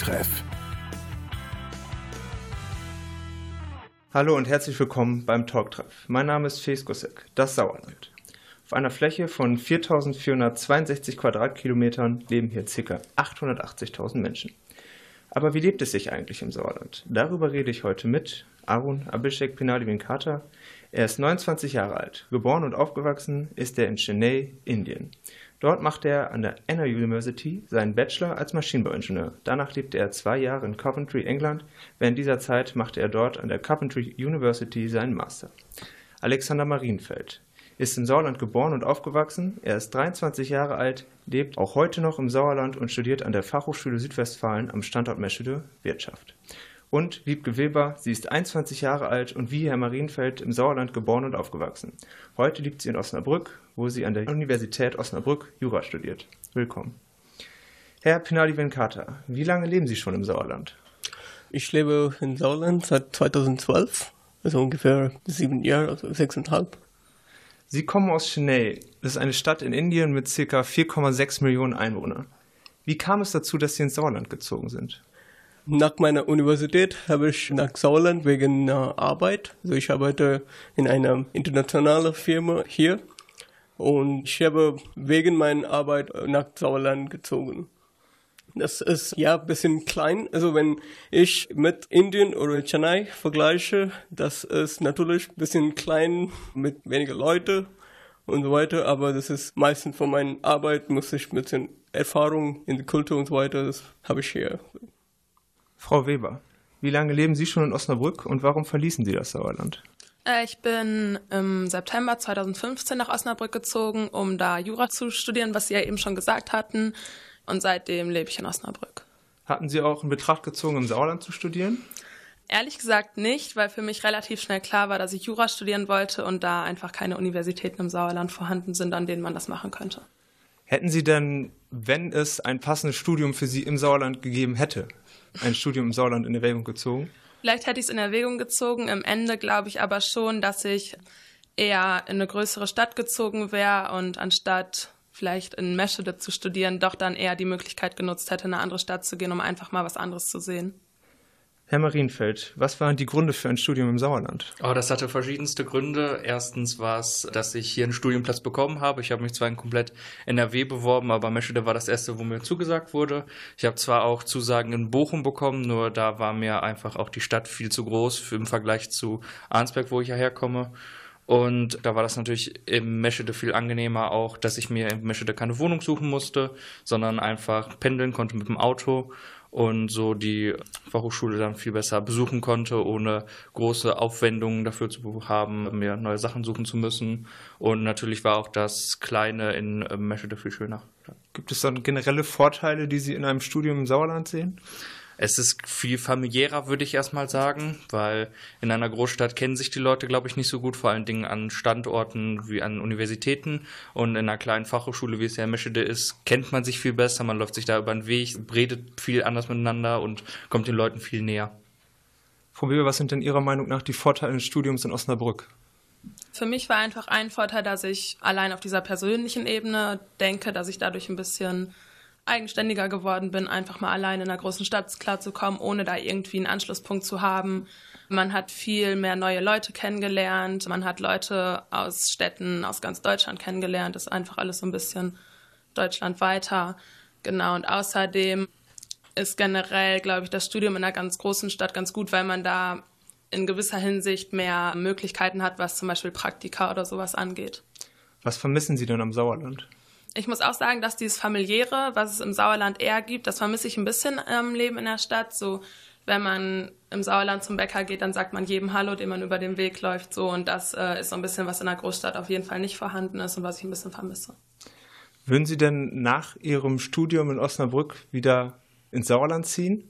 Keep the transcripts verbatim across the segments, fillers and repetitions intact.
Talktreff. Hallo und herzlich willkommen beim Talktreff. Mein Name ist Fes Gossek, das Sauerland. Auf einer Fläche von viertausendvierhundertzweiundsechzig Quadratkilometern leben hier ca. achthundertachtzigtausend Menschen. Aber wie lebt es sich eigentlich im Sauerland? Darüber rede ich heute mit Arun Abhishek Pinali Venkata. Er ist neunundzwanzig Jahre alt. Geboren und aufgewachsen ist er in Chennai, Indien. Dort machte er an der Anna University seinen Bachelor als Maschinenbauingenieur. Danach lebte er zwei Jahre in Coventry, England. Während dieser Zeit machte er dort an der Coventry University seinen Master. Alexander Marienfeld ist im Sauerland geboren und aufgewachsen. Er ist dreiundzwanzig Jahre alt, lebt auch heute noch im Sauerland und studiert an der Fachhochschule Südwestfalen am Standort Meschede Wirtschaft. Und Wiebke Weber, sie ist einundzwanzig Jahre alt und wie Herr Marienfeld im Sauerland geboren und aufgewachsen. Heute lebt sie in Osnabrück, wo sie an der Universität Osnabrück Jura studiert. Willkommen. Herr Pinali Venkata, wie lange leben Sie schon im Sauerland? Ich lebe im Sauerland seit zweitausendzwölf, also ungefähr sieben Jahre, also sechseinhalb. Sie kommen aus Chennai. Das ist eine Stadt in Indien mit ca. vier Komma sechs Millionen Einwohnern. Wie kam es dazu, dass Sie ins Sauerland gezogen sind? Nach meiner Universität habe ich nach Sauerland wegen äh, Arbeit. Also ich arbeite in einer internationalen Firma hier und ich habe wegen meiner Arbeit nach Sauerland gezogen. Das ist ja ein bisschen klein. Also wenn ich mit Indien oder Chennai vergleiche, das ist natürlich ein bisschen klein mit weniger Leute und so weiter. Aber das ist meistens von meiner Arbeit, muss ich ein bisschen Erfahrung in der Kultur und so weiter, das habe ich hier. Frau Weber, wie lange leben Sie schon in Osnabrück und warum verließen Sie das Sauerland? Ich bin im September zweitausendfünfzehn nach Osnabrück gezogen, um da Jura zu studieren, was Sie ja eben schon gesagt hatten. Und seitdem lebe ich in Osnabrück. Hatten Sie auch in Betracht gezogen, im Sauerland zu studieren? Ehrlich gesagt nicht, weil für mich relativ schnell klar war, dass ich Jura studieren wollte und da einfach keine Universitäten im Sauerland vorhanden sind, an denen man das machen könnte. Hätten Sie denn, wenn es ein passendes Studium für Sie im Sauerland gegeben hätte, ein Studium im Sauerland in Erwägung gezogen? Vielleicht hätte ich es in Erwägung gezogen. Im Ende glaube ich aber schon, dass ich eher in eine größere Stadt gezogen wäre und anstatt vielleicht in Meschede zu studieren, doch dann eher die Möglichkeit genutzt hätte, in eine andere Stadt zu gehen, um einfach mal was anderes zu sehen. Herr Marienfeld, was waren die Gründe für ein Studium im Sauerland? Oh, das hatte verschiedenste Gründe. Erstens war es, dass ich hier einen Studienplatz bekommen habe. Ich habe mich zwar in komplett N R W beworben, aber Meschede war das erste, wo mir zugesagt wurde. Ich habe zwar auch Zusagen in Bochum bekommen, nur da war mir einfach auch die Stadt viel zu groß für, im Vergleich zu Arnsberg, wo ich ja herkomme. Und da war das natürlich im Meschede viel angenehmer auch, dass ich mir in Meschede keine Wohnung suchen musste, sondern einfach pendeln konnte mit dem Auto und so die Fachhochschule dann viel besser besuchen konnte, ohne große Aufwendungen dafür zu haben, mir neue Sachen suchen zu müssen. Und natürlich war auch das Kleine in Meschede viel schöner. Gibt es dann generelle Vorteile, die Sie in einem Studium im Sauerland sehen? Es ist viel familiärer, würde ich erstmal sagen, weil in einer Großstadt kennen sich die Leute, glaube ich, nicht so gut, vor allen Dingen an Standorten wie an Universitäten. Und in einer kleinen Fachhochschule, wie es ja in Meschede ist, kennt man sich viel besser, man läuft sich da über den Weg, redet viel anders miteinander und kommt den Leuten viel näher. Frau Weber, was sind denn Ihrer Meinung nach die Vorteile des Studiums in Osnabrück? Für mich war einfach ein Vorteil, dass ich allein auf dieser persönlichen Ebene denke, dass ich dadurch ein bisschen eigenständiger geworden bin, einfach mal allein in einer großen Stadt klarzukommen, ohne da irgendwie einen Anschlusspunkt zu haben. Man hat viel mehr neue Leute kennengelernt, man hat Leute aus Städten, aus ganz Deutschland kennengelernt, das ist einfach alles so ein bisschen deutschlandweiter. Genau, und außerdem ist generell, glaube ich, das Studium in einer ganz großen Stadt ganz gut, weil man da in gewisser Hinsicht mehr Möglichkeiten hat, was zum Beispiel Praktika oder sowas angeht. Was vermissen Sie denn am Sauerland? Ich muss auch sagen, dass dieses Familiäre, was es im Sauerland eher gibt, das vermisse ich ein bisschen im Leben in der Stadt. So, wenn man im Sauerland zum Bäcker geht, dann sagt man jedem Hallo, dem man über den Weg läuft. So, und das äh, ist so ein bisschen, was in der Großstadt auf jeden Fall nicht vorhanden ist und was ich ein bisschen vermisse. Würden Sie denn nach Ihrem Studium in Osnabrück wieder ins Sauerland ziehen?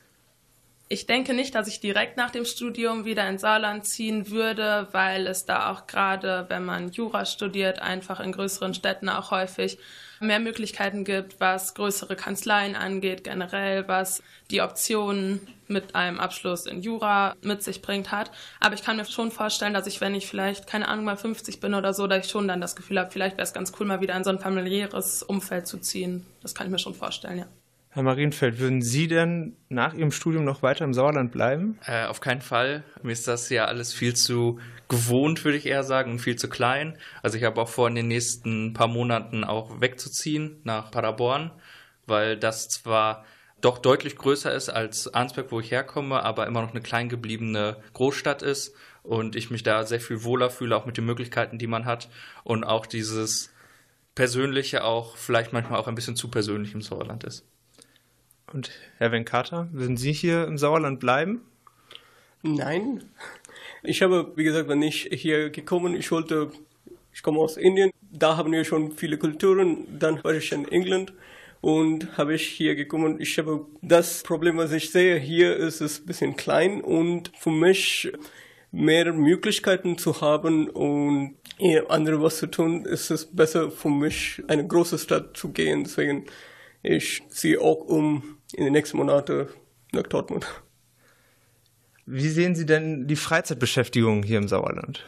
Ich denke nicht, dass ich direkt nach dem Studium wieder ins Sauerland ziehen würde, weil es da auch gerade, wenn man Jura studiert, einfach in größeren Städten auch häufig mehr Möglichkeiten gibt, was größere Kanzleien angeht, generell, was die Optionen mit einem Abschluss in Jura mit sich bringt hat. Aber ich kann mir schon vorstellen, dass ich, wenn ich vielleicht, keine Ahnung, mal fünfzig bin oder so, dass ich schon dann das Gefühl habe, vielleicht wäre es ganz cool, mal wieder in so ein familiäres Umfeld zu ziehen. Das kann ich mir schon vorstellen, ja. Herr Marienfeld, würden Sie denn nach Ihrem Studium noch weiter im Sauerland bleiben? Äh, auf keinen Fall. Mir ist das ja alles viel zu gewohnt, würde ich eher sagen, und viel zu klein. Also ich habe auch vor, in den nächsten paar Monaten auch wegzuziehen nach Paderborn, weil das zwar doch deutlich größer ist als Arnsberg, wo ich herkomme, aber immer noch eine klein gebliebene Großstadt ist und ich mich da sehr viel wohler fühle, auch mit den Möglichkeiten, die man hat und auch dieses Persönliche auch vielleicht manchmal auch ein bisschen zu persönlich im Sauerland ist. Und Herr Venkata, würden Sie hier im Sauerland bleiben? Nein. Ich habe, wie gesagt, wenn ich hier gekommen, ich wollte, ich komme aus Indien, da haben wir schon viele Kulturen, dann war ich in England und habe ich hier gekommen. Ich habe das Problem, was ich sehe, hier ist es ein bisschen klein und für mich mehr Möglichkeiten zu haben und eher andere was zu tun, ist es besser für mich, eine große Stadt zu gehen. Deswegen ich ziehe auch um in den nächsten Monaten nach Dortmund. Wie sehen Sie denn die Freizeitbeschäftigung hier im Sauerland?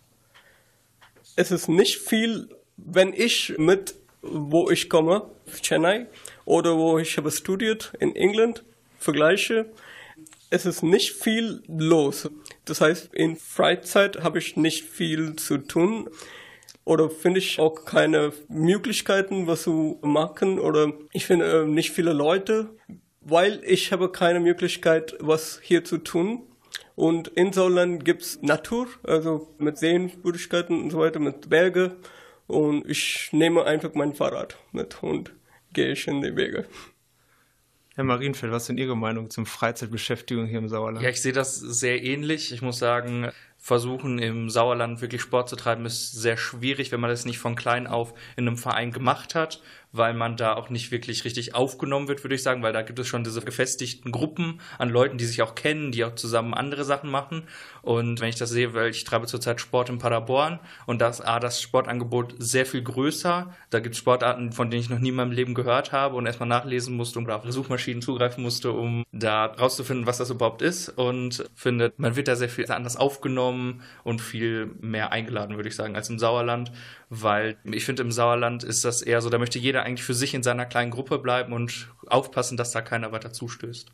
Es ist nicht viel, wenn ich mit, wo ich komme, Chennai, oder wo ich habe studiert in England, vergleiche, es ist nicht viel los. Das heißt, in Freizeit habe ich nicht viel zu tun. Oder finde ich auch keine Möglichkeiten, was zu machen. Oder ich finde äh, nicht viele Leute, weil ich habe keine Möglichkeit, was hier zu tun. Und in Sauerland gibt es Natur, also mit Sehenswürdigkeiten und so weiter, mit Berge. Und ich nehme einfach mein Fahrrad mit und gehe ich in die Wege. Herr Marienfeld, was ist denn Ihre Meinung zum Freizeitbeschäftigung hier im Sauerland? Ja, ich sehe das sehr ähnlich. Ich muss sagen, versuchen im Sauerland wirklich Sport zu treiben ist sehr schwierig, wenn man das nicht von klein auf in einem Verein gemacht hat, weil man da auch nicht wirklich richtig aufgenommen wird, würde ich sagen, weil da gibt es schon diese gefestigten Gruppen an Leuten, die sich auch kennen, die auch zusammen andere Sachen machen. Und wenn ich das sehe, weil ich treibe zurzeit Sport in Paderborn und da ist A, das Sportangebot sehr viel größer. Da gibt es Sportarten, von denen ich noch nie in meinem Leben gehört habe und erstmal nachlesen musste und auf Suchmaschinen zugreifen musste, um da rauszufinden, was das überhaupt ist. Und finde, man wird da sehr viel anders aufgenommen und viel mehr eingeladen, würde ich sagen, als im Sauerland, weil ich finde, im Sauerland ist das eher so, da möchte jeder eigentlich für sich in seiner kleinen Gruppe bleiben und aufpassen, dass da keiner weiter zustößt.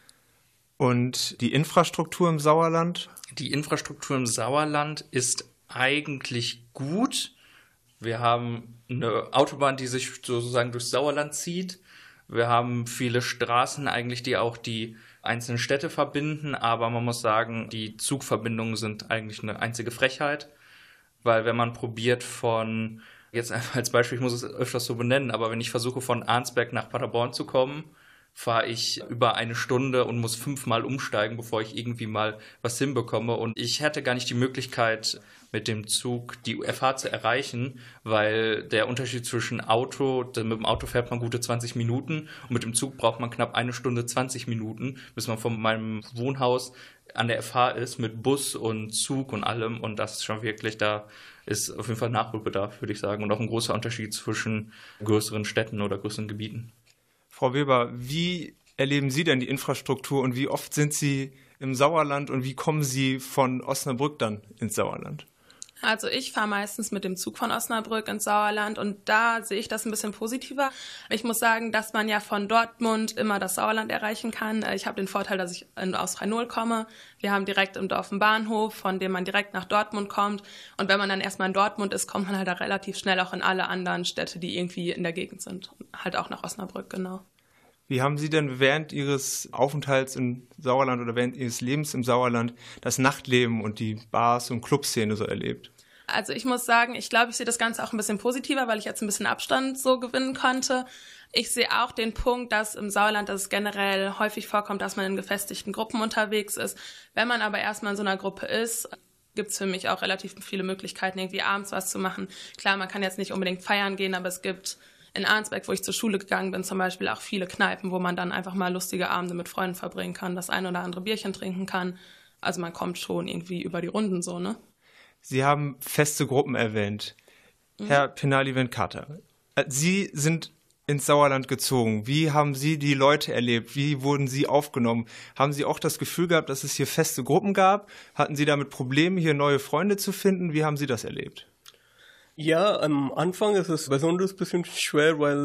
Und die Infrastruktur im Sauerland? Die Infrastruktur im Sauerland ist eigentlich gut. Wir haben eine Autobahn, die sich sozusagen durchs Sauerland zieht. Wir haben viele Straßen eigentlich, die auch die einzelnen Städte verbinden, aber man muss sagen, die Zugverbindungen sind eigentlich eine einzige Frechheit, weil wenn man probiert von, jetzt einfach als Beispiel, ich muss es öfters so benennen, aber wenn ich versuche von Arnsberg nach Paderborn zu kommen, fahre ich über eine Stunde und muss fünfmal umsteigen, bevor ich irgendwie mal was hinbekomme. Und ich hätte gar nicht die Möglichkeit, mit dem Zug die F H zu erreichen, weil der Unterschied zwischen Auto, mit dem Auto fährt man gute zwanzig Minuten und mit dem Zug braucht man knapp eine Stunde zwanzig Minuten, bis man von meinem Wohnhaus an der F H ist, mit Bus und Zug und allem. Und das ist schon wirklich, da ist auf jeden Fall Nachholbedarf, würde ich sagen. Und auch ein großer Unterschied zwischen größeren Städten oder größeren Gebieten. Frau Weber, wie erleben Sie denn die Infrastruktur und wie oft sind Sie im Sauerland und wie kommen Sie von Osnabrück dann ins Sauerland? Also ich fahre meistens mit dem Zug von Osnabrück ins Sauerland und da sehe ich das ein bisschen positiver. Ich muss sagen, dass man ja von Dortmund immer das Sauerland erreichen kann. Ich habe den Vorteil, dass ich aus Rhein-Nohl komme. Wir haben direkt im Dorf einen Bahnhof, von dem man direkt nach Dortmund kommt. Und wenn man dann erstmal in Dortmund ist, kommt man halt da relativ schnell auch in alle anderen Städte, die irgendwie in der Gegend sind. Halt auch nach Osnabrück, genau. Wie haben Sie denn während Ihres Aufenthalts im Sauerland oder während Ihres Lebens im Sauerland das Nachtleben und die Bars- und Clubszene so erlebt? Also ich muss sagen, ich glaube, ich sehe das Ganze auch ein bisschen positiver, weil ich jetzt ein bisschen Abstand so gewinnen konnte. Ich sehe auch den Punkt, dass im Sauerland das generell häufig vorkommt, dass man in gefestigten Gruppen unterwegs ist. Wenn man aber erstmal in so einer Gruppe ist, gibt es für mich auch relativ viele Möglichkeiten, irgendwie abends was zu machen. Klar, man kann jetzt nicht unbedingt feiern gehen, aber es gibt in Arnsberg, wo ich zur Schule gegangen bin, zum Beispiel auch viele Kneipen, wo man dann einfach mal lustige Abende mit Freunden verbringen kann, das ein oder andere Bierchen trinken kann. Also man kommt schon irgendwie über die Runden so, ne? Sie haben feste Gruppen erwähnt. Mhm. Herr Penali Venkata, Sie sind ins Sauerland gezogen. Wie haben Sie die Leute erlebt? Wie wurden Sie aufgenommen? Haben Sie auch das Gefühl gehabt, dass es hier feste Gruppen gab? Hatten Sie damit Probleme, hier neue Freunde zu finden? Wie haben Sie das erlebt? Ja, am Anfang ist es besonders ein bisschen schwer, weil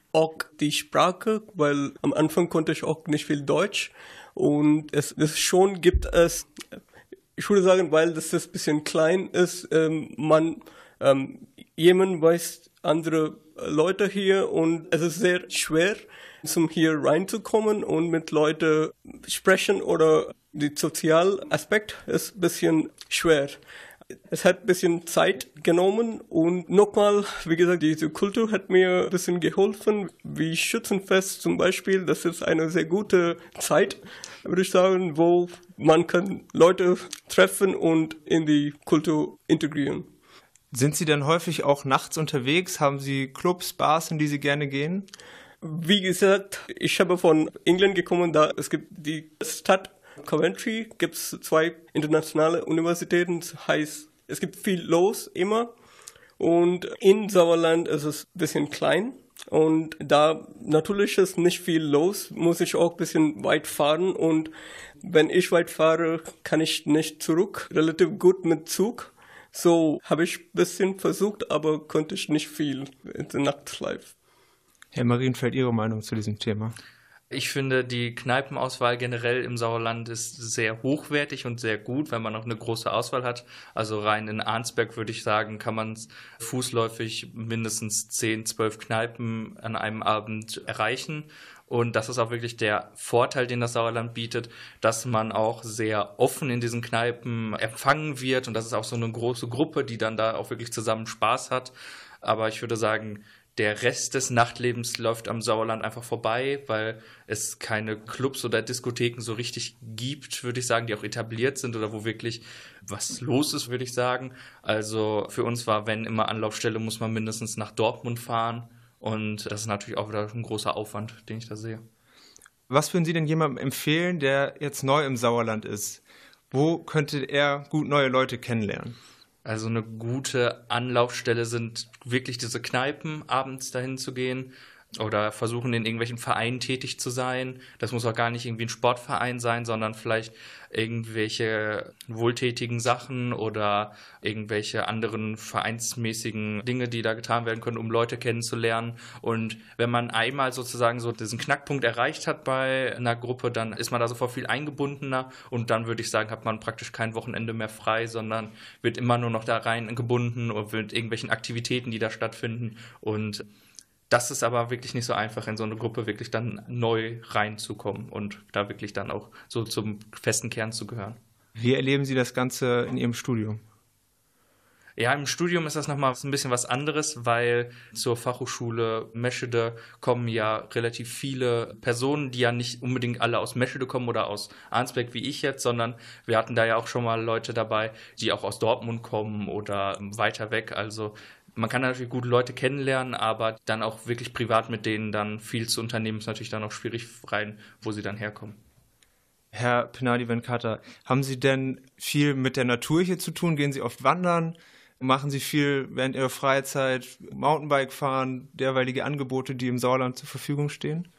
auch die Sprache, weil am Anfang konnte ich auch nicht viel Deutsch und es, es schon gibt es, ich würde sagen, weil das ein bisschen klein ist, ähm, man, ähm, jemand weiß andere Leute hier und es ist sehr schwer, zum hier reinzukommen und mit Leuten sprechen oder der soziale Aspekt ist ein bisschen schwer. Es hat ein bisschen Zeit genommen und nochmal, wie gesagt, diese Kultur hat mir ein bisschen geholfen, wie Schützenfest zum Beispiel. Das ist eine sehr gute Zeit, würde ich sagen, wo man kann Leute treffen und in die Kultur integrieren. Sind Sie denn häufig auch nachts unterwegs? Haben Sie Clubs, Bars, in die Sie gerne gehen? Wie gesagt, ich habe von England gekommen, da es gibt die Stadt Coventry, gibt es zwei internationale Universitäten, das heißt, es gibt viel los immer und in Sauerland ist es ein bisschen klein und da natürlich ist nicht viel los, muss ich auch ein bisschen weit fahren und wenn ich weit fahre, kann ich nicht zurück, relativ gut mit Zug. So habe ich ein bisschen versucht, aber konnte ich nicht viel in der Nachtlife. Herr Marienfeld, Ihre Meinung zu diesem Thema? Ich finde, die Kneipenauswahl generell im Sauerland ist sehr hochwertig und sehr gut, weil man auch eine große Auswahl hat. Also rein in Arnsberg würde ich sagen, kann man fußläufig mindestens zehn, zwölf Kneipen an einem Abend erreichen. Und das ist auch wirklich der Vorteil, den das Sauerland bietet, dass man auch sehr offen in diesen Kneipen empfangen wird. Und das ist auch so eine große Gruppe, die dann da auch wirklich zusammen Spaß hat. Aber ich würde sagen, der Rest des Nachtlebens läuft am Sauerland einfach vorbei, weil es keine Clubs oder Diskotheken so richtig gibt, würde ich sagen, die auch etabliert sind oder wo wirklich was los ist, würde ich sagen. Also für uns war, wenn immer Anlaufstelle, muss man mindestens nach Dortmund fahren. Und das ist natürlich auch wieder ein großer Aufwand, den ich da sehe. Was würden Sie denn jemandem empfehlen, der jetzt neu im Sauerland ist? Wo könnte er gut neue Leute kennenlernen? Also eine gute Anlaufstelle sind wirklich diese Kneipen, abends dahin zu gehen oder versuchen, in irgendwelchen Vereinen tätig zu sein. Das muss auch gar nicht irgendwie ein Sportverein sein, sondern vielleicht irgendwelche wohltätigen Sachen oder irgendwelche anderen vereinsmäßigen Dinge, die da getan werden können, um Leute kennenzulernen. Und wenn man einmal sozusagen so diesen Knackpunkt erreicht hat bei einer Gruppe, dann ist man da sofort viel eingebundener und dann würde ich sagen, hat man praktisch kein Wochenende mehr frei, sondern wird immer nur noch da rein gebunden und mit irgendwelchen Aktivitäten, die da stattfinden. Und das ist aber wirklich nicht so einfach, in so eine Gruppe wirklich dann neu reinzukommen und da wirklich dann auch so zum festen Kern zu gehören. Wie erleben Sie das Ganze in Ihrem Studium? Ja, im Studium ist das nochmal ein bisschen was anderes, weil zur Fachhochschule Meschede kommen ja relativ viele Personen, die ja nicht unbedingt alle aus Meschede kommen oder aus Arnsberg wie ich jetzt, sondern wir hatten da ja auch schon mal Leute dabei, die auch aus Dortmund kommen oder weiter weg, also man kann natürlich gut Leute kennenlernen, aber dann auch wirklich privat mit denen dann viel zu unternehmen, ist natürlich dann auch schwierig rein, wo sie dann herkommen. Herr Penali Venkata, haben Sie denn viel mit der Natur hier zu tun? Gehen Sie oft wandern? Machen Sie viel während Ihrer Freizeit Mountainbike fahren, derweilige Angebote, die im Sauerland zur Verfügung stehen?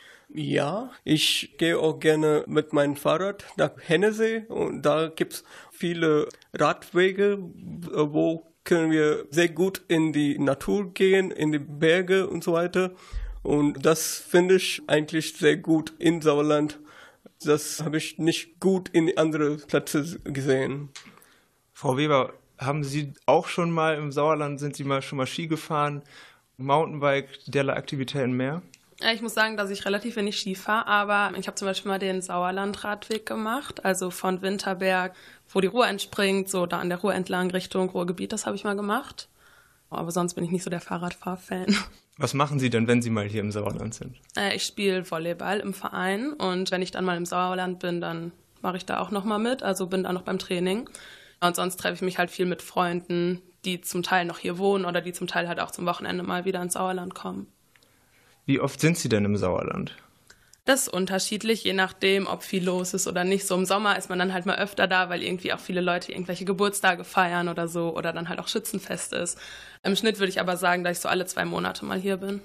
Ja, ich gehe auch gerne mit meinem Fahrrad nach Hennesee und da gibt es viele Radwege, wo können wir sehr gut in die Natur gehen, in die Berge und so weiter. Und das finde ich eigentlich sehr gut in Sauerland. Das habe ich nicht gut in andere Plätze gesehen. Frau Weber, haben Sie auch schon mal im Sauerland, sind Sie mal schon mal Ski gefahren, Mountainbike, derlei Aktivitäten mehr? Ich muss sagen, dass ich relativ wenig Ski fahre, aber ich habe zum Beispiel mal den Sauerlandradweg gemacht, also von Winterberg, wo die Ruhr entspringt, so da an der Ruhr entlang Richtung Ruhrgebiet, das habe ich mal gemacht. Aber sonst bin ich nicht so der Fahrradfahr-Fan. Was machen Sie denn, wenn Sie mal hier im Sauerland sind? Ich spiele Volleyball im Verein und wenn ich dann mal im Sauerland bin, dann mache ich da auch nochmal mit, also bin da noch beim Training. Und sonst treffe ich mich halt viel mit Freunden, die zum Teil noch hier wohnen oder die zum Teil halt auch zum Wochenende mal wieder ins Sauerland kommen. Wie oft sind Sie denn im Sauerland? Das ist unterschiedlich, je nachdem, ob viel los ist oder nicht. So im Sommer ist man dann halt mal öfter da, weil irgendwie auch viele Leute irgendwelche Geburtstage feiern oder so oder dann halt auch Schützenfest ist. Im Schnitt würde ich aber sagen, dass ich so alle zwei Monate mal hier bin.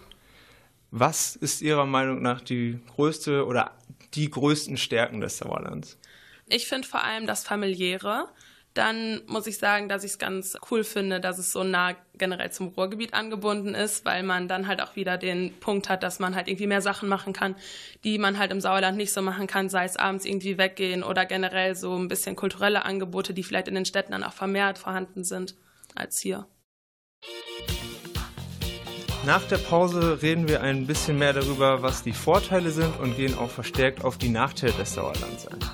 Was ist Ihrer Meinung nach die größte oder die größten Stärken des Sauerlands? Ich finde vor allem das Familiäre. Dann muss ich sagen, dass ich es ganz cool finde, dass es so nah generell zum Ruhrgebiet angebunden ist, weil man dann halt auch wieder den Punkt hat, dass man halt irgendwie mehr Sachen machen kann, die man halt im Sauerland nicht so machen kann, sei es abends irgendwie weggehen oder generell so ein bisschen kulturelle Angebote, die vielleicht in den Städten dann auch vermehrt vorhanden sind als hier. Nach der Pause reden wir ein bisschen mehr darüber, was die Vorteile sind und gehen auch verstärkt auf die Nachteile des Sauerlands ein.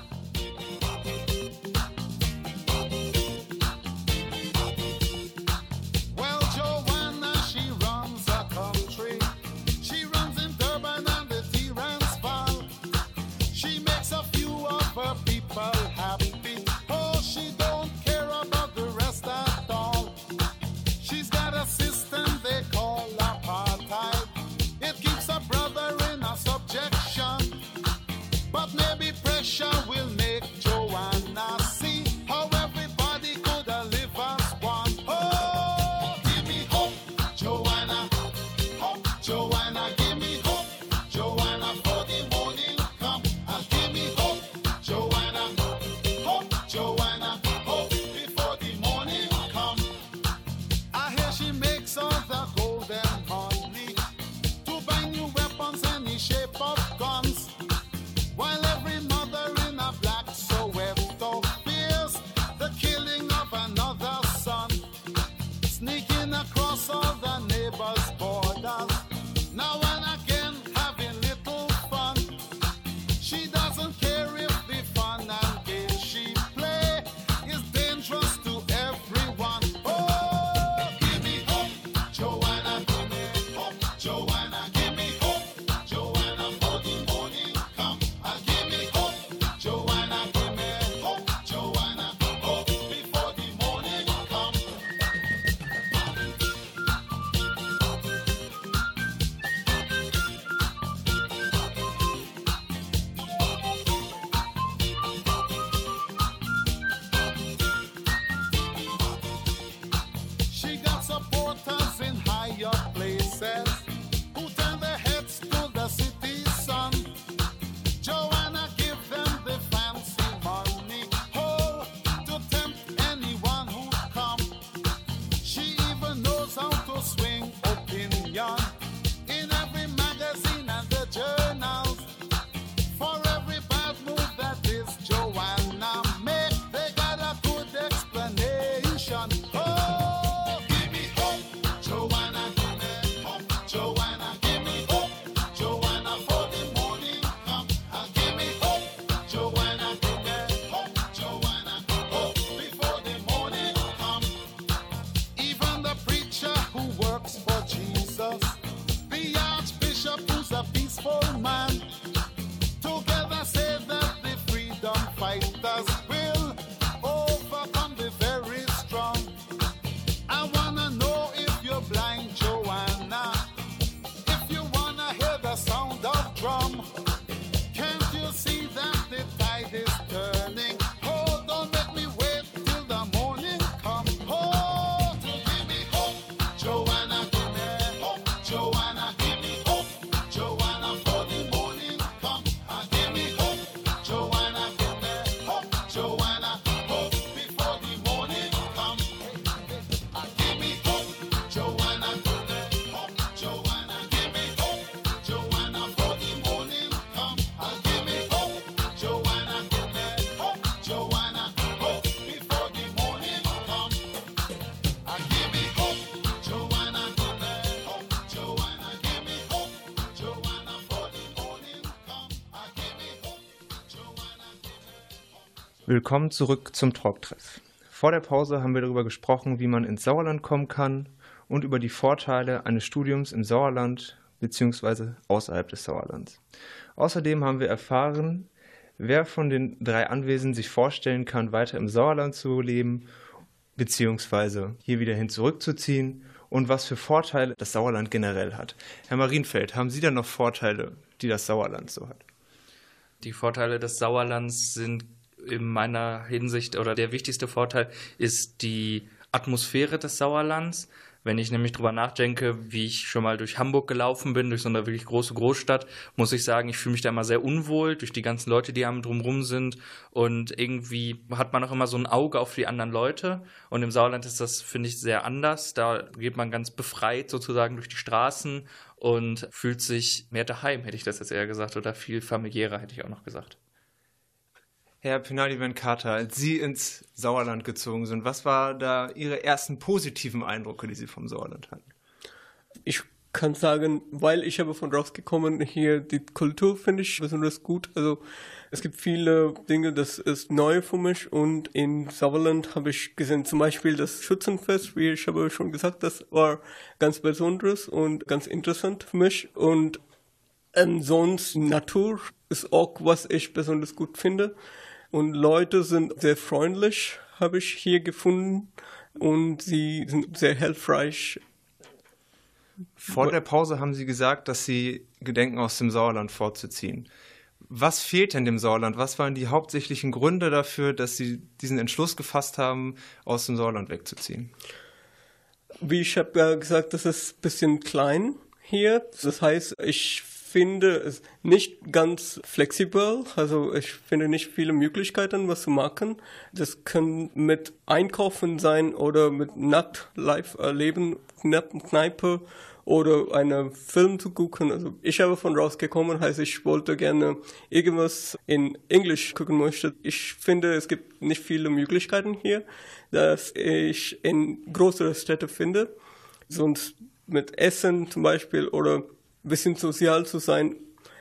Willkommen zurück zum Talktreff. Vor der Pause haben wir darüber gesprochen, wie man ins Sauerland kommen kann und über die Vorteile eines Studiums im Sauerland bzw. außerhalb des Sauerlands. Außerdem haben wir erfahren, wer von den drei Anwesenden sich vorstellen kann, weiter im Sauerland zu leben bzw. hier wieder hin zurückzuziehen und was für Vorteile das Sauerland generell hat. Herr Marienfeld, haben Sie da noch Vorteile, die das Sauerland so hat? Die Vorteile des Sauerlands sind in meiner Hinsicht, oder der wichtigste Vorteil ist die Atmosphäre des Sauerlands, Wenn ich nämlich drüber nachdenke, wie ich schon mal durch Hamburg gelaufen bin, durch so eine wirklich große Großstadt, muss ich sagen, ich fühle mich da immer sehr unwohl durch die ganzen Leute, die einem drumherum sind. Und irgendwie hat man auch immer so ein Auge auf die anderen Leute. Und im Sauerland ist das, finde ich, sehr anders. Da geht man ganz befreit sozusagen durch die Straßen und fühlt sich mehr daheim, hätte ich das jetzt eher gesagt. Oder viel familiärer, hätte ich auch noch gesagt. Herr Pinali Venkata, als Sie ins Sauerland gezogen sind, was war da Ihre ersten positiven Eindrücke, die Sie vom Sauerland hatten? Ich kann sagen, weil ich habe von rausgekommen, hier die Kultur finde ich besonders gut. Also es gibt viele Dinge, das ist neu für mich und in Sauerland habe ich gesehen, zum Beispiel das Schützenfest, wie ich habe schon gesagt, das war ganz besonderes und ganz interessant für mich und ähm, sonst Natur ist auch, was ich besonders gut finde. Und Leute sind sehr freundlich, habe ich hier gefunden. Und sie sind sehr hilfreich. Vor der Pause haben Sie gesagt, dass Sie gedenken, aus dem Sauerland fortzuziehen. Was fehlt denn dem Sauerland? Was waren die hauptsächlichen Gründe dafür, dass Sie diesen Entschluss gefasst haben, aus dem Sauerland wegzuziehen? Wie ich habe ja gesagt, das ist ein bisschen klein hier. Das heißt, ich finde es nicht ganz flexibel, also ich finde nicht viele Möglichkeiten, was zu machen. Das kann mit Einkaufen sein oder mit Nachtlife erleben, Kneipe oder einen Film zu gucken. Also ich habe von rausgekommen, heißt ich wollte gerne irgendwas in Englisch gucken möchte. Ich finde, es gibt nicht viele Möglichkeiten hier, dass ich in größere Städte finde. Sonst mit Essen zum Beispiel oder ein bisschen sozial zu sein,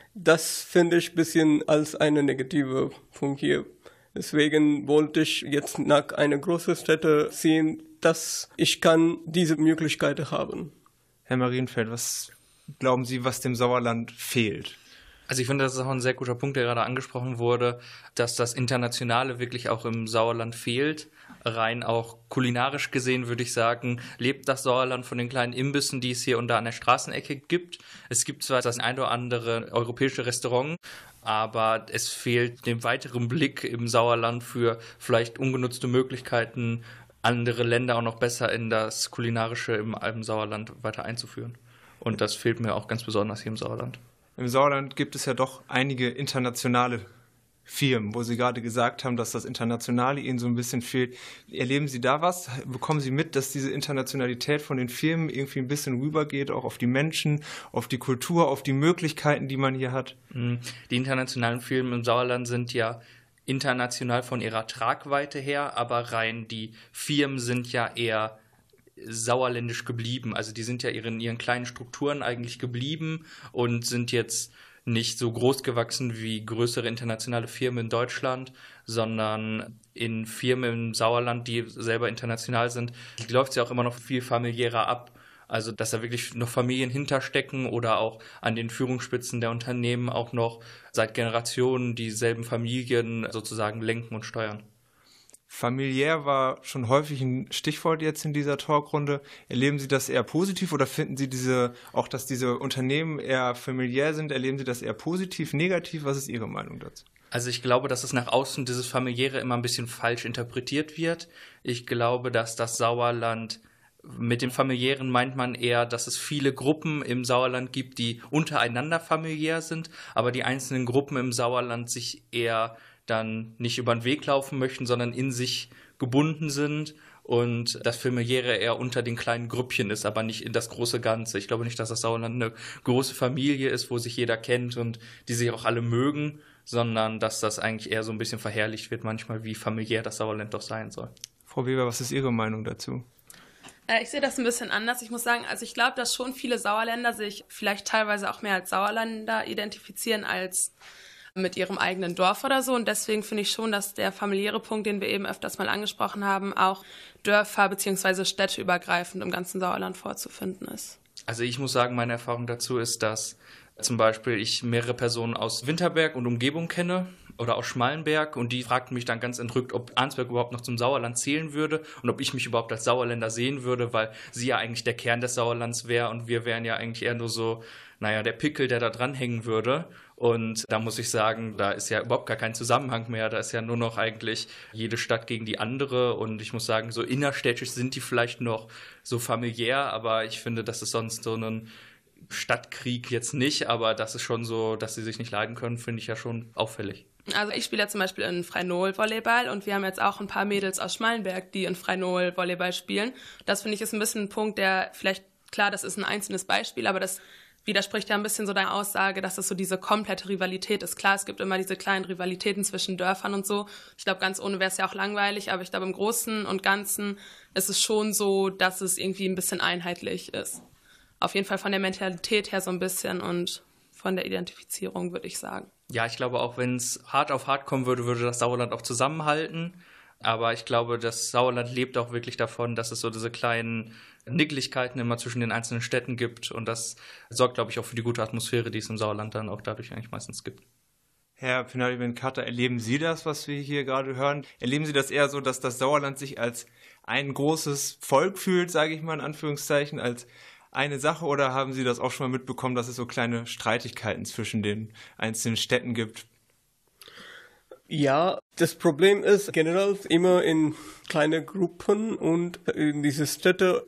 das finde ich ein bisschen als eine negative Punkt hier. Deswegen wollte ich jetzt nach einer großen Städte ziehen, dass ich kann diese Möglichkeiten haben. Herr Marienfeld, was glauben Sie, was dem Sauerland fehlt? Also ich finde, das ist auch ein sehr guter Punkt, der gerade angesprochen wurde, dass das Internationale wirklich auch im Sauerland fehlt. Rein auch kulinarisch gesehen würde ich sagen, lebt das Sauerland von den kleinen Imbissen, die es hier und da an der Straßenecke gibt. Es gibt zwar das ein oder andere europäische Restaurant, aber es fehlt dem weiteren Blick im Sauerland für vielleicht ungenutzte Möglichkeiten, andere Länder auch noch besser in das Kulinarische im, im Sauerland weiter einzuführen. Und das fehlt mir auch ganz besonders hier im Sauerland. Im Sauerland gibt es ja doch einige internationale Firmen, wo Sie gerade gesagt haben, dass das Internationale Ihnen so ein bisschen fehlt. Erleben Sie da was? Bekommen Sie mit, dass diese Internationalität von den Firmen irgendwie ein bisschen rübergeht, auch auf die Menschen, auf die Kultur, auf die Möglichkeiten, die man hier hat? Die internationalen Firmen im Sauerland sind ja international von ihrer Tragweite her, aber rein die Firmen sind ja eher sauerländisch geblieben. Also die sind ja in ihren kleinen Strukturen eigentlich geblieben und sind jetzt nicht so groß gewachsen wie größere internationale Firmen in Deutschland, sondern in Firmen im Sauerland, die selber international sind, läuft es ja auch immer noch viel familiärer ab. Also dass da wirklich noch Familien hinterstecken oder auch an den Führungsspitzen der Unternehmen auch noch seit Generationen dieselben Familien sozusagen lenken und steuern. Familiär war schon häufig ein Stichwort jetzt in dieser Talkrunde. Erleben Sie das eher positiv oder finden Sie diese auch, dass diese Unternehmen eher familiär sind? Erleben Sie das eher positiv, negativ? Was ist Ihre Meinung dazu? Also ich glaube, dass es nach außen dieses Familiäre immer ein bisschen falsch interpretiert wird. Ich glaube, dass das Sauerland mit dem Familiären meint man eher, dass es viele Gruppen im Sauerland gibt, die untereinander familiär sind, aber die einzelnen Gruppen im Sauerland sich eher dann nicht über den Weg laufen möchten, sondern in sich gebunden sind und das Familiäre eher unter den kleinen Grüppchen ist, aber nicht in das große Ganze. Ich glaube nicht, dass das Sauerland eine große Familie ist, wo sich jeder kennt und die sich auch alle mögen, sondern dass das eigentlich eher so ein bisschen verherrlicht wird manchmal, wie familiär das Sauerland doch sein soll. Frau Weber, was ist Ihre Meinung dazu? Ich sehe das ein bisschen anders. Ich muss sagen, also ich glaube, dass schon viele Sauerländer sich vielleicht teilweise auch mehr als Sauerländer identifizieren als mit ihrem eigenen Dorf oder so. Und deswegen finde ich schon, dass der familiäre Punkt, den wir eben öfters mal angesprochen haben, auch Dörfer- bzw. städteübergreifend im ganzen Sauerland vorzufinden ist. Also ich muss sagen, meine Erfahrung dazu ist, dass zum Beispiel ich mehrere Personen aus Winterberg und Umgebung kenne oder aus Schmallenberg und die fragten mich dann ganz entrückt, ob Arnsberg überhaupt noch zum Sauerland zählen würde und ob ich mich überhaupt als Sauerländer sehen würde, weil sie ja eigentlich der Kern des Sauerlands wäre und wir wären ja eigentlich eher nur so naja, der Pickel, der da dranhängen würde. Und da muss ich sagen, da ist ja überhaupt gar kein Zusammenhang mehr. Da ist ja nur noch eigentlich jede Stadt gegen die andere. Und ich muss sagen, so innerstädtisch sind die vielleicht noch so familiär, aber ich finde, das ist sonst so ein Stadtkrieg jetzt nicht, aber das ist schon so, dass sie sich nicht leiden können, finde ich ja schon auffällig. Also ich spiele ja zum Beispiel in Freinol-Volleyball und wir haben jetzt auch ein paar Mädels aus Schmallenberg, die in Freinol-Volleyball spielen. Das finde ich ist ein bisschen ein Punkt, der vielleicht, klar, das ist ein einzelnes Beispiel, aber das widerspricht ja ein bisschen so der Aussage, dass es so diese komplette Rivalität ist. Klar, es gibt immer diese kleinen Rivalitäten zwischen Dörfern und so. Ich glaube, ganz ohne wäre es ja auch langweilig, aber ich glaube, im Großen und Ganzen ist es schon so, dass es irgendwie ein bisschen einheitlich ist. Auf jeden Fall von der Mentalität her so ein bisschen und von der Identifizierung, würde ich sagen. Ja, ich glaube auch, wenn es hart auf hart kommen würde, würde das Sauerland auch zusammenhalten. Aber ich glaube, das Sauerland lebt auch wirklich davon, dass es so diese kleinen Nicklichkeiten immer zwischen den einzelnen Städten gibt. Und das sorgt, glaube ich, auch für die gute Atmosphäre, die es im Sauerland dann auch dadurch eigentlich meistens gibt. Herr Penalty-Venkata, erleben Sie das, was wir hier gerade hören? Erleben Sie das eher so, dass das Sauerland sich als ein großes Volk fühlt, sage ich mal in Anführungszeichen, als eine Sache, oder haben Sie das auch schon mal mitbekommen, dass es so kleine Streitigkeiten zwischen den einzelnen Städten gibt? Ja, das Problem ist generell immer in kleine Gruppen und in diese Städte.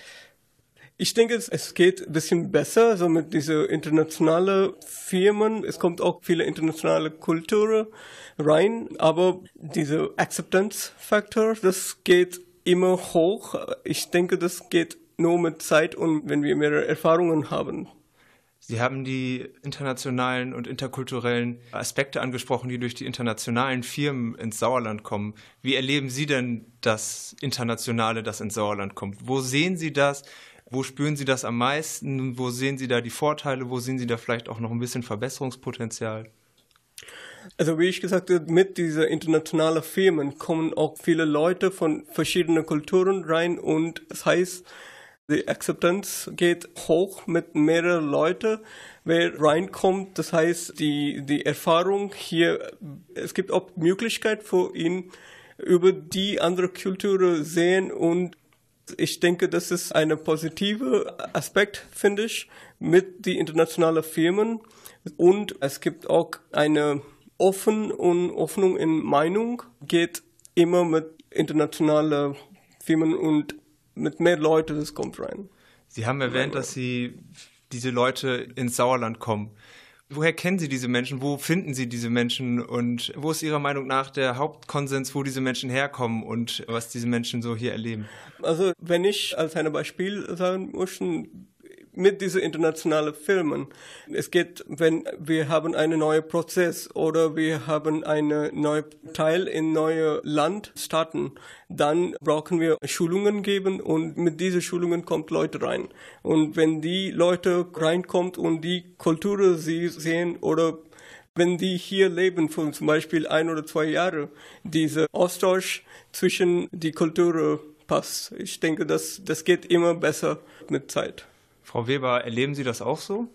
Ich denke, es geht ein bisschen besser, so mit diesen internationalen Firmen. Es kommt auch viele internationale Kultur rein, aber dieser Akzeptanzfaktor, das geht immer hoch. Ich denke, das geht nur mit Zeit und wenn wir mehrere Erfahrungen haben. Sie haben die internationalen und interkulturellen Aspekte angesprochen, die durch die internationalen Firmen ins Sauerland kommen. Wie erleben Sie denn das Internationale, das ins Sauerland kommt? Wo sehen Sie das? Wo spüren Sie das am meisten? Wo sehen Sie da die Vorteile? Wo sehen Sie da vielleicht auch noch ein bisschen Verbesserungspotenzial? Also wie ich gesagt habe, mit diesen internationalen Firmen kommen auch viele Leute von verschiedenen Kulturen rein und das heißt, die Akzeptanz geht hoch mit mehreren Leuten, wer reinkommt. Das heißt, die, die Erfahrung hier, es gibt auch Möglichkeit für ihn, über die andere Kultur sehen und ich denke, das ist ein positiver Aspekt, finde ich, mit den internationalen Firmen und es gibt auch eine Offen und Öffnung in Meinung, geht immer mit internationalen Firmen und mit mehr Leuten, das kommt rein. Sie haben erwähnt, dass Sie diese Leute ins Sauerland kommen. Woher kennen Sie diese Menschen? Wo finden Sie diese Menschen? Und wo ist Ihrer Meinung nach der Hauptkonsens, wo diese Menschen herkommen und was diese Menschen so hier erleben? Also wenn ich als ein Beispiel sagen muss, mit diesen internationalen Firmen. Es geht, wenn wir haben einen neuen Prozess oder wir haben einen neuen Teil in neue Land starten, dann brauchen wir Schulungen geben und mit diesen Schulungen kommt Leute rein. Und wenn die Leute reinkommt und die Kultur sie sehen oder wenn die hier leben für zum Beispiel ein oder zwei Jahre, dieser Austausch zwischen die Kultur passt. Ich denke, das, das geht immer besser mit Zeit. Frau Weber, erleben Sie das auch so?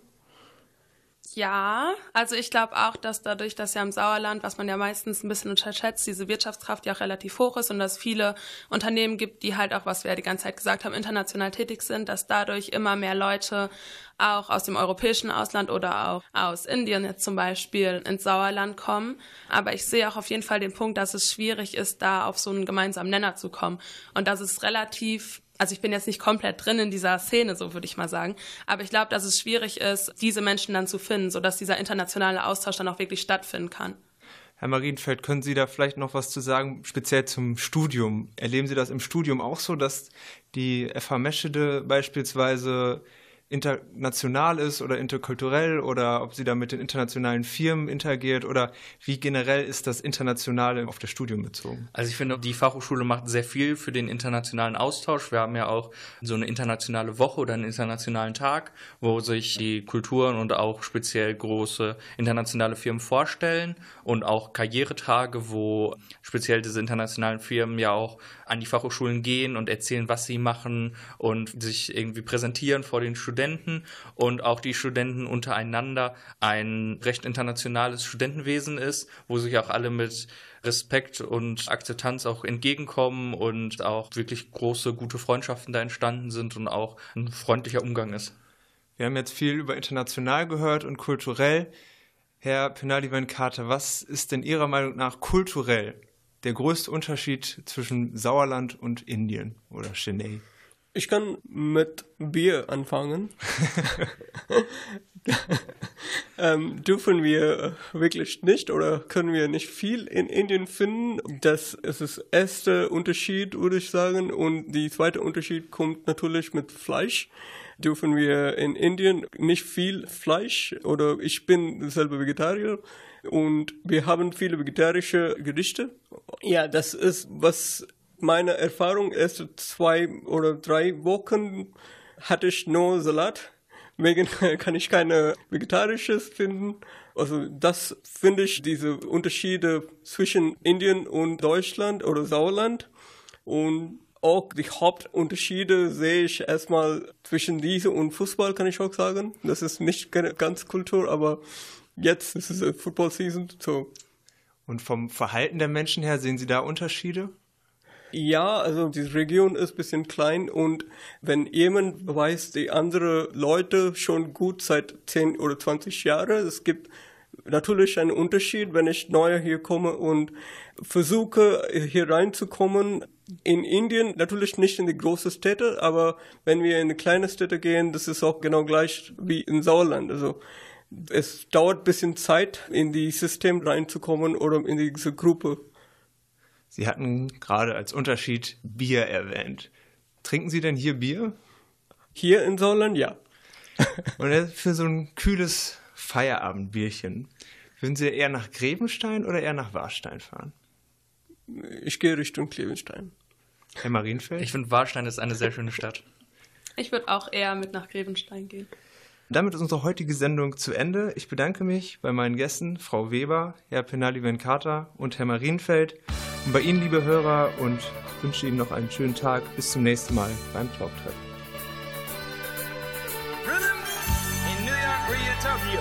Ja, also ich glaube auch, dass dadurch, dass ja im Sauerland, was man ja meistens ein bisschen unterschätzt, diese Wirtschaftskraft ja auch relativ hoch ist und dass viele Unternehmen gibt, die halt auch, was wir ja die ganze Zeit gesagt haben, international tätig sind, dass dadurch immer mehr Leute auch aus dem europäischen Ausland oder auch aus Indien jetzt zum Beispiel ins Sauerland kommen. Aber ich sehe auch auf jeden Fall den Punkt, dass es schwierig ist, da auf so einen gemeinsamen Nenner zu kommen und dass es relativ Also ich bin jetzt nicht komplett drin in dieser Szene, so würde ich mal sagen. Aber ich glaube, dass es schwierig ist, diese Menschen dann zu finden, sodass dieser internationale Austausch dann auch wirklich stattfinden kann. Herr Marienfeld, können Sie da vielleicht noch was zu sagen, speziell zum Studium? Erleben Sie das im Studium auch so, dass die F H Meschede beispielsweise international ist oder interkulturell oder ob sie da mit den internationalen Firmen interagiert oder wie generell ist das Internationale auf das Studium bezogen? Also ich finde, die Fachhochschule macht sehr viel für den internationalen Austausch. Wir haben ja auch so eine internationale Woche oder einen internationalen Tag, wo sich die Kulturen und auch speziell große internationale Firmen vorstellen und auch Karrieretage, wo speziell diese internationalen Firmen ja auch an die Fachhochschulen gehen und erzählen, was sie machen und sich irgendwie präsentieren vor den Studenten und auch die Studenten untereinander ein recht internationales Studentenwesen ist, wo sich auch alle mit Respekt und Akzeptanz auch entgegenkommen und auch wirklich große, gute Freundschaften da entstanden sind und auch ein freundlicher Umgang ist. Wir haben jetzt viel über international gehört und kulturell. Herr Penali Venkata, was ist denn Ihrer Meinung nach kulturell der größte Unterschied zwischen Sauerland und Indien oder Chennai? Ich kann mit Bier anfangen. ähm, dürfen wir wirklich nicht oder können wir nicht viel in Indien finden. Das ist das erste Unterschied, würde ich sagen. Und der zweite Unterschied kommt natürlich mit Fleisch. Dürfen wir in Indien nicht viel Fleisch oder ich bin selber Vegetarier und wir haben viele vegetarische Gerichte. Ja, das ist, was meine Erfahrung, erste zwei oder drei Wochen hatte ich nur Salat, wegen kann ich keine Vegetarisches finden. Also das finde ich, diese Unterschiede zwischen Indien und Deutschland oder Sauerland und auch die Hauptunterschiede sehe ich erstmal zwischen diese und Fußball, kann ich auch sagen. Das ist nicht ganz Kultur, aber jetzt ist es Football Season. So. Und vom Verhalten der Menschen her, sehen Sie da Unterschiede? Ja, also die Region ist ein bisschen klein und wenn jemand weiß, die andere Leute schon gut seit zehn oder zwanzig Jahren, es gibt natürlich einen Unterschied, wenn ich neu hier komme und versuche hier reinzukommen. In Indien natürlich nicht in die großen Städte, aber wenn wir in die kleinen Städte gehen, das ist auch genau gleich wie in Sauerland. Also es dauert ein bisschen Zeit, in die System reinzukommen oder in diese Gruppe. Sie hatten gerade als Unterschied Bier erwähnt. Trinken Sie denn hier Bier? Hier in Sauerland, ja. Und für so ein kühles Feierabendbierchen, würden Sie eher nach Grevenstein oder eher nach Warstein fahren? Ich gehe Richtung Grevenstein. Herr Marienfeld? Ich finde, Warstein ist eine sehr schöne Stadt. Ich würde auch eher mit nach Grevenstein gehen. Damit ist unsere heutige Sendung zu Ende. Ich bedanke mich bei meinen Gästen, Frau Weber, Herr Penali Venkata und Herr Marienfeld. Und bei Ihnen, liebe Hörer, und wünsche Ihnen noch einen schönen Tag. Bis zum nächsten Mal beim Talktreff. Rhythm in New York, Rio, Tokyo.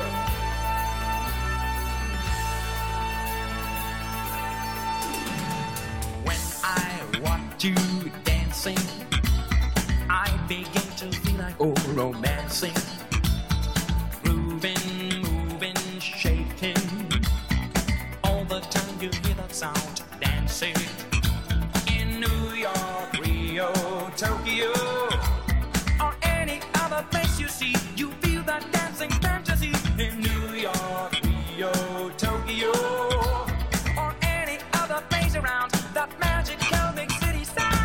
When I watch you dancing, I begin to feel like oh romancing, grooving, moving, shaking. All the time you hear that sound, dancing in New York, Rio, Tokyo, or any other place you see. You feel that dancing fantasy in New York, Rio, Tokyo, or any other place around that magical big city sound.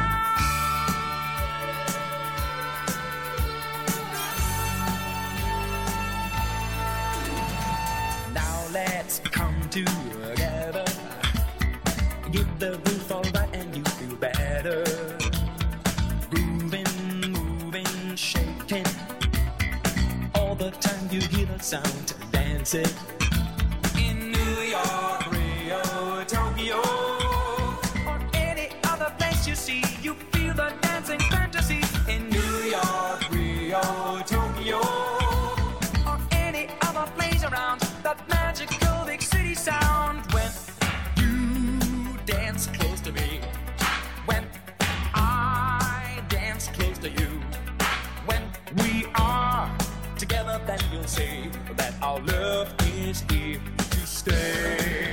Now let's come together, give the groove all right and you feel better. Grooving, moving, shaking, all the time you hear the sound dancing in New York, Rio, Tokyo, or any other place you see. You feel the dancing fantasy in New York, Rio, Tokyo, or any other place around that magical big city sound. When you dance close to me, when I dance close to you, when we are together, then you'll see that our love is here to stay.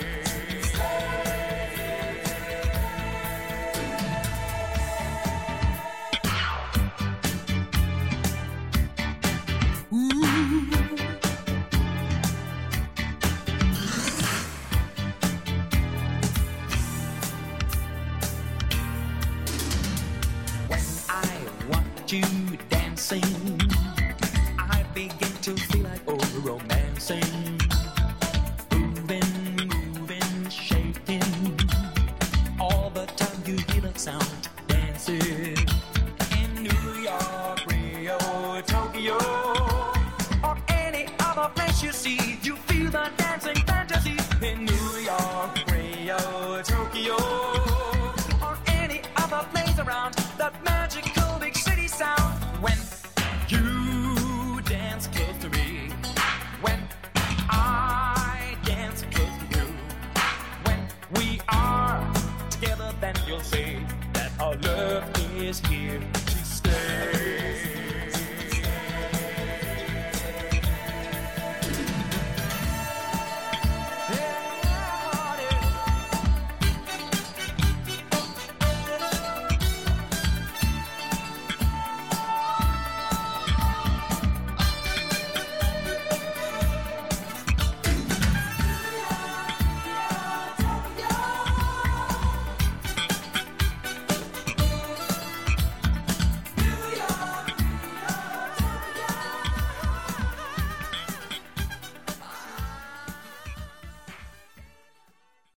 You dancing, I begin to feel like oh romancing, moving, moving, shaking, all the time you hear the sound dancing in New York, Rio, Tokyo, or any other place you see. You feel the dancing fantasy in New York, Rio, Tokyo, or any other place around that magical big city sound. When you dance close to me, when I dance close to you, when we are together, then you'll see that our love is here